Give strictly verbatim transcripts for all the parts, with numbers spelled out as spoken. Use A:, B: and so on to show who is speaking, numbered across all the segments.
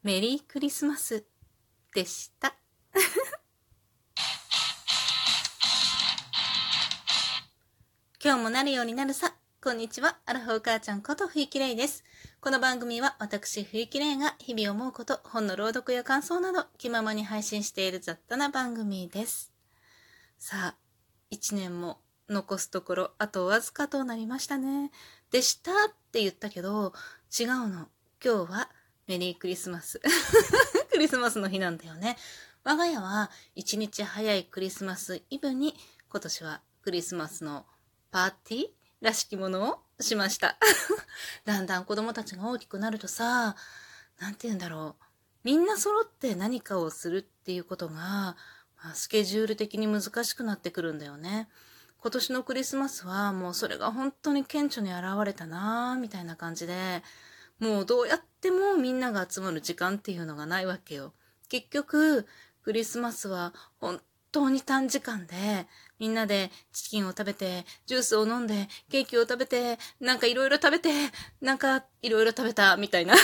A: メリークリスマスでした。今日もなるようになるさ。こんにちは。アラフォー母ちゃんこと冬木玲です。この番組は私冬木玲が日々思うこと、本の朗読や感想など気ままに配信している雑多な番組です。さあ、一年も残すところあとわずかとなりましたね。でしたって言ったけど違うの。今日はメリークリスマスクリスマスの日なんだよね。我が家は一日早いクリスマスイブに今年はクリスマスのパーティーらしきものをしましただんだん子供たちが大きくなるとさ、なんて言うんだろう、みんな揃って何かをするっていうことが、まあ、スケジュール的に難しくなってくるんだよね。今年のクリスマスはもうそれが本当に顕著に現れたなーみたいな感じで、もうどうやってもみんなが集まる時間っていうのがないわけよ。結局クリスマスは本当に短時間でみんなでチキンを食べてジュースを飲んでケーキを食べてなんかいろいろ食べてなんかいろいろ食べたみたいな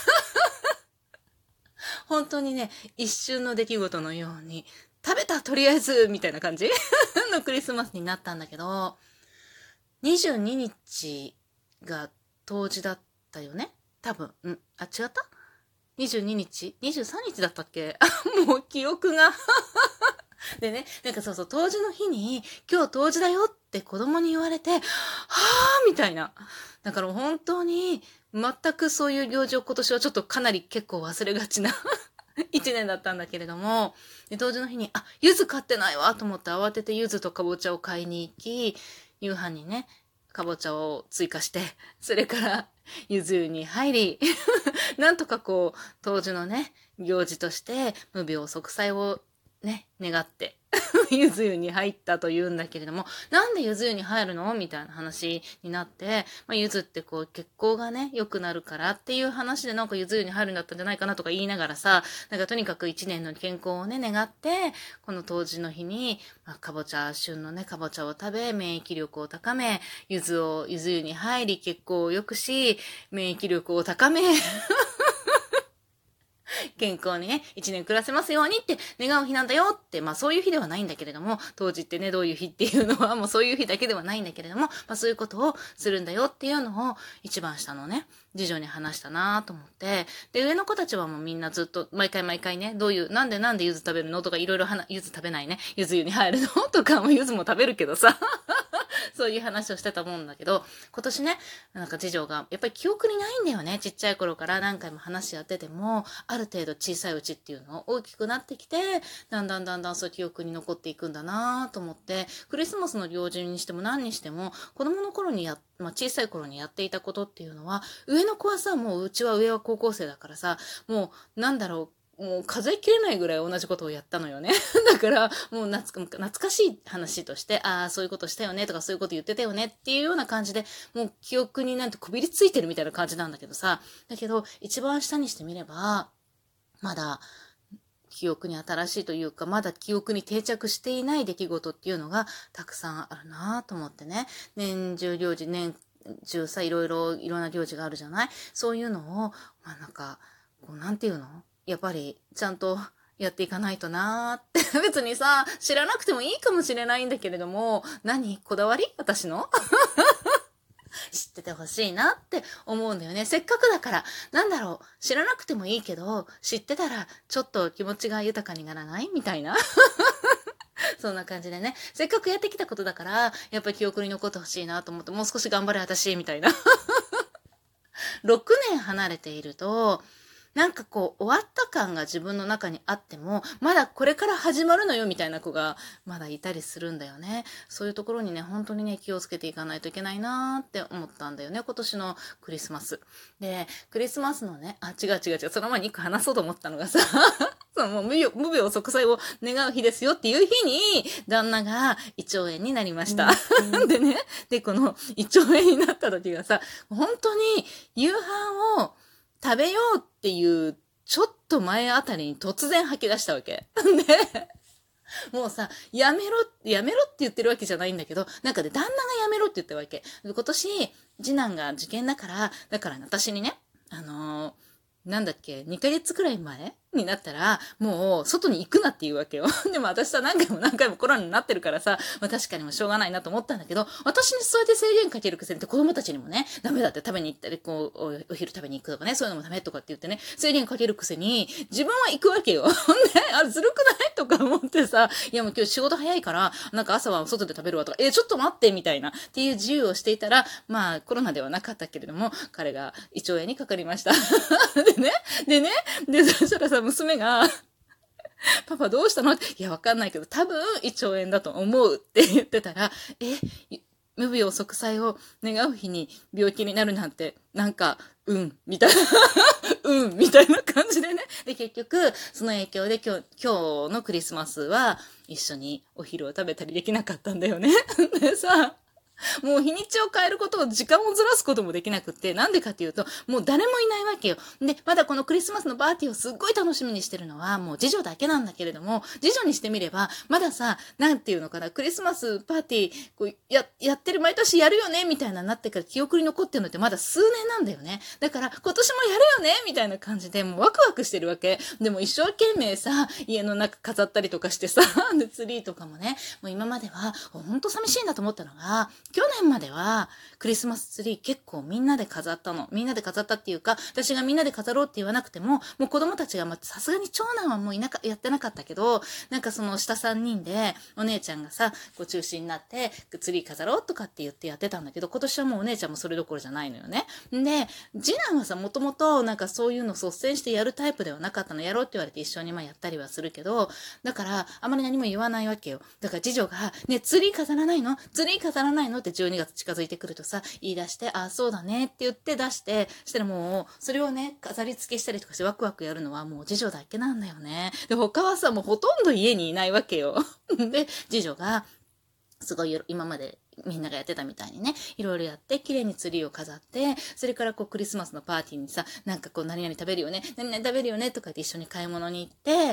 A: 本当にね、一瞬の出来事のように食べたとりあえずみたいな感じのクリスマスになったんだけど、にじゅうににちが冬至だったよね多分。んあ違った？にじゅうににち ?にじゅうさんにちだったっけもう記憶がでね、なんかそうそう、冬至の日に今日冬至だよって子供に言われて、はぁーみたいな。だから本当に全くそういう行事を今年はちょっとかなり結構忘れがちな一年だったんだけれども、で冬至の日に、あ、柚子買ってないわと思って慌てて柚子とかぼちゃを買いに行き、夕飯にね、かぼちゃを追加して、それからゆず湯に入りなんとかこう冬至のね行事として無病息災をね願ってゆず湯に入ったというんだけれども、なんでゆず湯に入るのみたいな話になって、まあ、ゆずってこう血行がね良くなるからっていう話で、なんかゆず湯に入るんだったんじゃないかなとか言いながらさ、なんかとにかく一年の健康をね願って、この冬至の日に、まあ、かぼちゃ、旬のねかぼちゃを食べ免疫力を高め、ゆずをゆず湯に入り血行を良くし免疫力を高め健康にね一年暮らせますようにって願う日なんだよって、まあそういう日ではないんだけれども、冬至ってねどういう日っていうのはもうそういう日だけではないんだけれども、まあそういうことをするんだよっていうのを一番下のね次女に話したなと思って、で上の子たちはもうみんなずっと毎回毎回ね、どういうなんでなんで柚子食べるのとかいろいろ柚子食べないね柚子湯に入るのとか、も柚子も食べるけどさそういう話をしてたもんだけど、今年ねなんか次女がやっぱり記憶にないんだよね。ちっちゃい頃から何回も話し合ってても、ある程度小さいうちっていうのを大きくなってきて、だんだんだんだんそういう記憶に残っていくんだなと思って、クリスマスの行事にしても何にしても子供の頃にや、まあ、小さい頃にやっていたことっていうのは、上の子はさ、もううちは上は高校生だからさ、もうなんだろうもう数えきれないぐらい同じことをやったのよねだからもう懐か、懐かしい話として、ああそういうことしたよねとかそういうこと言ってたよねっていうような感じで、もう記憶になんてこびりついてるみたいな感じなんだけどさ、だけど一番下にしてみればまだ記憶に新しいというか、まだ記憶に定着していない出来事っていうのがたくさんあるなと思ってね。年中行事、年中さいろいろいろんな行事があるじゃない。そういうのをまあなんかこうなんていうの、やっぱりちゃんとやっていかないとなーって別にさ知らなくてもいいかもしれないんだけれども、何こだわり私の知っててほしいなって思うんだよね。せっかくだからなんだろう、知らなくてもいいけど知ってたらちょっと気持ちが豊かにならないみたいなそんな感じでね、せっかくやってきたことだからやっぱり記憶に残ってほしいなと思って、もう少し頑張れ私みたいなろくねん離れているとなんかこう終わった感が自分の中にあっても、まだこれから始まるのよみたいな子がまだいたりするんだよね。そういうところにね本当にね気をつけていかないといけないなって思ったんだよね、今年のクリスマスで。クリスマスのね、あ違う違う違う、その前に一個話そうと思ったのがさそうもう無病無病息災を願う日ですよっていう日に旦那が胃腸炎になりました、うん、でね、でこの胃腸炎になった時がさ、本当に夕飯を食べようっていうちょっと前あたりに突然吐き出したわけでもうさやめろやめろって言ってるわけじゃないんだけど、なんかで旦那がやめろって言ったわけ。今年次男が受験だからだから、ね、私にねあのーなんだっけ、にかげつくらい前になったら、もう外に行くなって言うわけよ。でも私さ、何回も何回もコロナになってるからさ、まあ確かにもしょうがないなと思ったんだけど、私にそうやって制限かけるくせにって子供たちにもね、ダメだって食べに行ったり、こう、お、お昼食べに行くとかね、そういうのもダメとかって言ってね、制限かけるくせに、自分は行くわけよ。ほんで、あれずるくないとか思ってさ、いやもう今日仕事早いから、なんか朝は外で食べるわとか、え、ちょっと待ってみたいな、っていう自由をしていたら、まあコロナではなかったけれども、彼が胃腸炎にかかりました。でね、でね、で、そしたらさ、娘が、パパどうしたのって、いや、わかんないけど、多分、胃腸炎だと思うって言ってたら、え、無病息災を願う日に病気になるなんて、なんか、うん、みたいな、うん、みたいな感じでね。で、結局、その影響で今日、今日のクリスマスは、一緒にお昼を食べたりできなかったんだよね。でさ、もう日にちを変えることを、時間をずらすこともできなくって、なんでかっていうと、もう誰もいないわけよ。で、まだこのクリスマスのパーティーをすっごい楽しみにしてるのは、もう次女だけなんだけれども、次女にしてみれば、まださ、なんていうのかな、クリスマスパーティー、こう、や、やってる、毎年やるよね、みたいななってから記憶に残ってるのってまだ数年なんだよね。だから、今年もやるよね、みたいな感じで、もうワクワクしてるわけ。でも一生懸命さ、家の中飾ったりとかしてさ、で、ツリーとかもね、もう今までは、ほんと寂しいなと思ったのが、去年まではクリスマスツリー結構みんなで飾ったの。みんなで飾ったっていうか、私がみんなで飾ろうって言わなくても、もう子供たちが、ま、さすがに長男はもういなか、やってなかったけど、なんかその下さんにんで、お姉ちゃんがさ、こう中心になって、ツリー飾ろうとかって言ってやってたんだけど、今年はもうお姉ちゃんもそれどころじゃないのよね。で、次男はさ、もともとなんかそういうの率先してやるタイプではなかったの。やろうって言われて一緒にまあやったりはするけど、だから、あまり何も言わないわけよ。だから次女が、ね、ツリー飾らないのツリー飾らないのってじゅうにがつ近づいてくるとさ、言い出して、あ、そうだねって言って出して、したらもう、それをね、飾り付けしたりとかしてワクワクやるのはもう次女だけなんだよね。で、他はさ、もうほとんど家にいないわけよ。で、次女が、すごい今までみんながやってたみたいにね、いろいろやって、綺麗にツリーを飾って、それからこうクリスマスのパーティーにさ、なんかこう何々食べるよね、何々食べるよねとかって一緒に買い物に行って、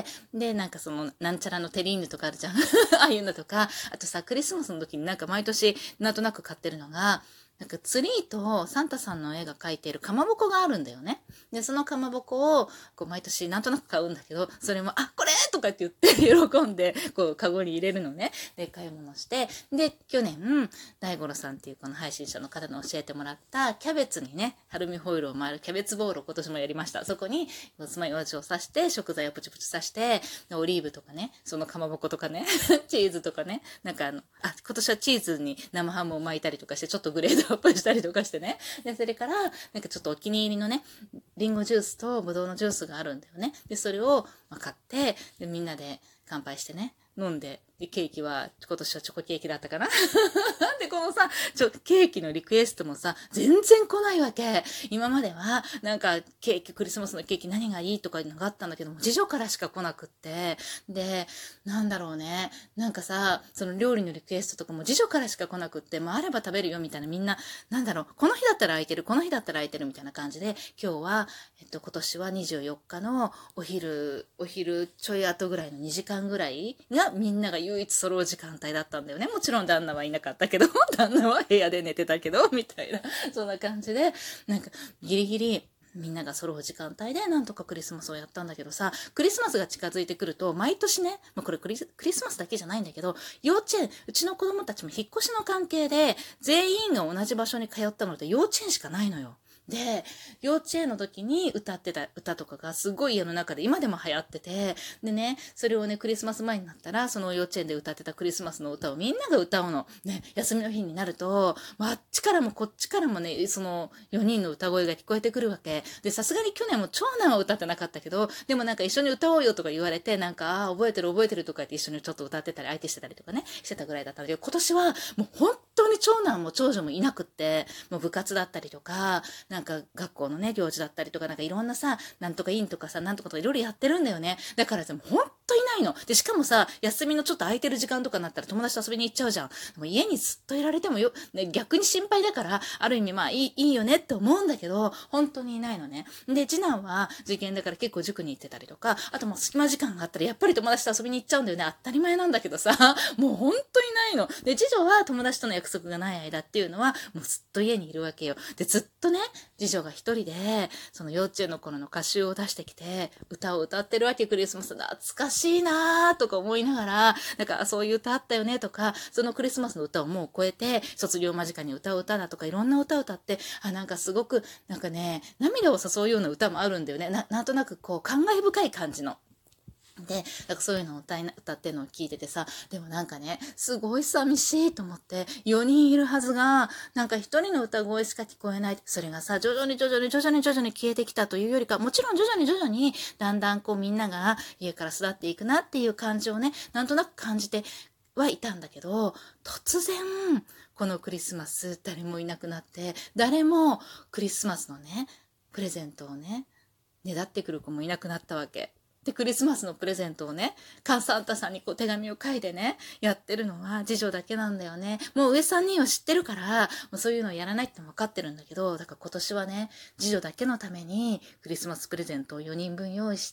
A: で、なんかその、なんちゃらのテリーヌとかあるじゃん。ああいうのとか、あとさ、クリスマスの時になんか毎年なんとなく買ってるのが、なんかツリーとサンタさんの絵が描いているかまぼこがあるんだよね。で、そのかまぼこをこう毎年なんとなく買うんだけど、それも、あ、これとかって言って喜んで、こうカゴに入れるのね。で、買い物して、で、去年、大五郎さんっていうこの配信者の方に教えてもらったキャベツにね、アルミホイルを巻いるキャベツボールを今年もやりました。そこに、つまようじを刺して、食材をプチプチ刺して、オリーブとかね、そのかまぼことかね、チーズとかね、なんかあの、あ、今年はチーズに生ハムを巻いたりとかして、ちょっとグレードアップしたりとかしてね。で、それから、なんかちょっとお気に入りのね、リンゴジュースとブドウのジュースがあるんだよね。で、それを買って、で、みんなで乾杯してね、飲んで、で、ケーキは、今年はチョコケーキだったかなで、このさ、ちょ、ケーキのリクエストもさ、全然来ないわけ。今までは、なんか、ケーキ、クリスマスのケーキ何がいいとかいうのがあったんだけども、次女からしか来なくって。で、なんだろうね。なんかさ、その料理のリクエストとかも次女からしか来なくって、まあ、あれば食べるよみたいなみんな、なんだろう、この日だったら空いてる、この日だったら空いてるみたいな感じで、今日は、えっと、今年はにじゅうよっかのお昼、お昼ちょい後ぐらいのにじかんぐらいがみんなが唯一揃う時間帯だったんだよね。もちろん旦那はいなかったけど、旦那は部屋で寝てたけど、みたいな、そんな感じで、なんか、ギリギリ、みんなが揃う時間帯でなんとかクリスマスをやったんだけどさ、クリスマスが近づいてくると、毎年ね、まあ、これクリス、クリスマスだけじゃないんだけど、幼稚園、うちの子供たちも引っ越しの関係で、全員が同じ場所に通ったので幼稚園しかないのよ。で、幼稚園の時に歌ってた歌とかがすごい家の中で今でも流行ってて、でね、それをね、クリスマス前になったら、その幼稚園で歌ってたクリスマスの歌をみんなが歌うの。ね、休みの日になると、まあ、あっちからもこっちからもね、そのよにんの歌声が聞こえてくるわけ。で、さすがに去年も長男は歌ってなかったけど、でもなんか一緒に歌おうよとか言われて、なんか、ああ、覚えてる覚えてるとか言って一緒にちょっと歌ってたり、相手してたりとかね、してたぐらいだったんだけど、今年はもう本当に長男も長女もいなくって、もう部活だったりとか、なんか学校のね、行事だったりとか、なんかいろんなさ、なんとかインとかさ、なんとかとかいろいろやってるんだよね。だからでも本当いなないの。で、しかもさ、休みのちょっと空いてる時間とかになったら友達と遊びに行っちゃうじゃん。でも家にずっといられてもよ、ね、逆に心配だから、ある意味まあいい、いいよねって思うんだけど、本当にいないのね。で、次男は受験だから結構塾に行ってたりとか、あともう隙間時間があったらやっぱり友達と遊びに行っちゃうんだよね。当たり前なんだけどさ、もう本当にないの。で、次女は友達との約束がない間っていうのは、もうずっと家にいるわけよ。で、ずっとね、次女が一人で、その幼稚園の頃の歌集を出してきて、歌を歌ってるわけ、クリスマス。懐かしいなーとか思いながら、なんかそういう歌あったよねとか、そのクリスマスの歌をもう超えて、卒業間近に歌う歌だとか、いろんな歌を歌って、あ、なんかすごく、なんかね、涙を誘うような歌もあるんだよね。な、なんとなくこう、感慨深い感じの。で、だからそういうのを歌いな、歌ってるのを聞いててさ、でもなんかね、すごい寂しいと思って、よにんいるはずが、なんかひとりの歌声しか聞こえない。それがさ、徐々に徐々に徐々に徐々に消えてきたというよりか、もちろん徐々に徐々に、だんだんこうみんなが家から巣立っていくなっていう感じをね、なんとなく感じてはいたんだけど、突然、このクリスマス、誰もいなくなって、誰もクリスマスのね、プレゼントをね、ねだってくる子もいなくなったわけ。で、クリスマスのプレゼントをね、カンサンタさんにこう手紙を書いてね、やってるのは次女だけなんだよね。もう上さんにんは知ってるから、もうそういうのをやらないって分かってるんだけど、だから今年はね、次女だけのためにクリスマスプレゼントをよにんぶん用意して、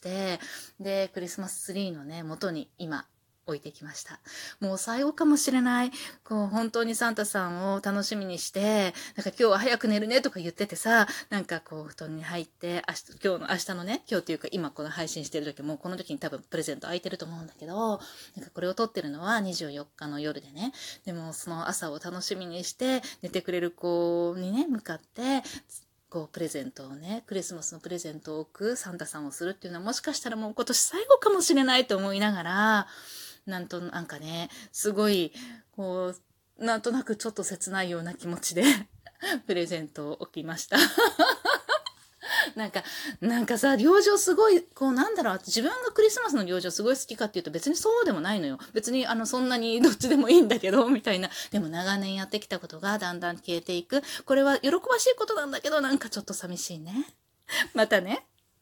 A: で、クリスマスツリーのね、元に今、置いてきました。もう最後かもしれない。こう、本当にサンタさんを楽しみにして、なんか今日は早く寝るねとか言っててさ、なんかこう、布団に入って、明日、今日の、明日のね、今日っていうか今この配信してる時も、この時に多分プレゼント空いてると思うんだけど、なんかこれを撮ってるのはにじゅうよっかの夜でね、でもその朝を楽しみにして、寝てくれる子にね、向かって、こうプレゼントをね、クリスマスのプレゼントを置くサンタさんをするっていうのはもしかしたらもう今年最後かもしれないと思いながら、なんとなんかね、すごい、こう、なんとなくちょっと切ないような気持ちでプレゼントを置きました。なんか、なんかさ、行事すごい、こうなんだろう、自分がクリスマスの行事をすごい好きかっていうと別にそうでもないのよ。別にあの、そんなにどっちでもいいんだけど、みたいな。でも長年やってきたことがだんだん消えていく。これは喜ばしいことなんだけど、なんかちょっと寂しいね。またね。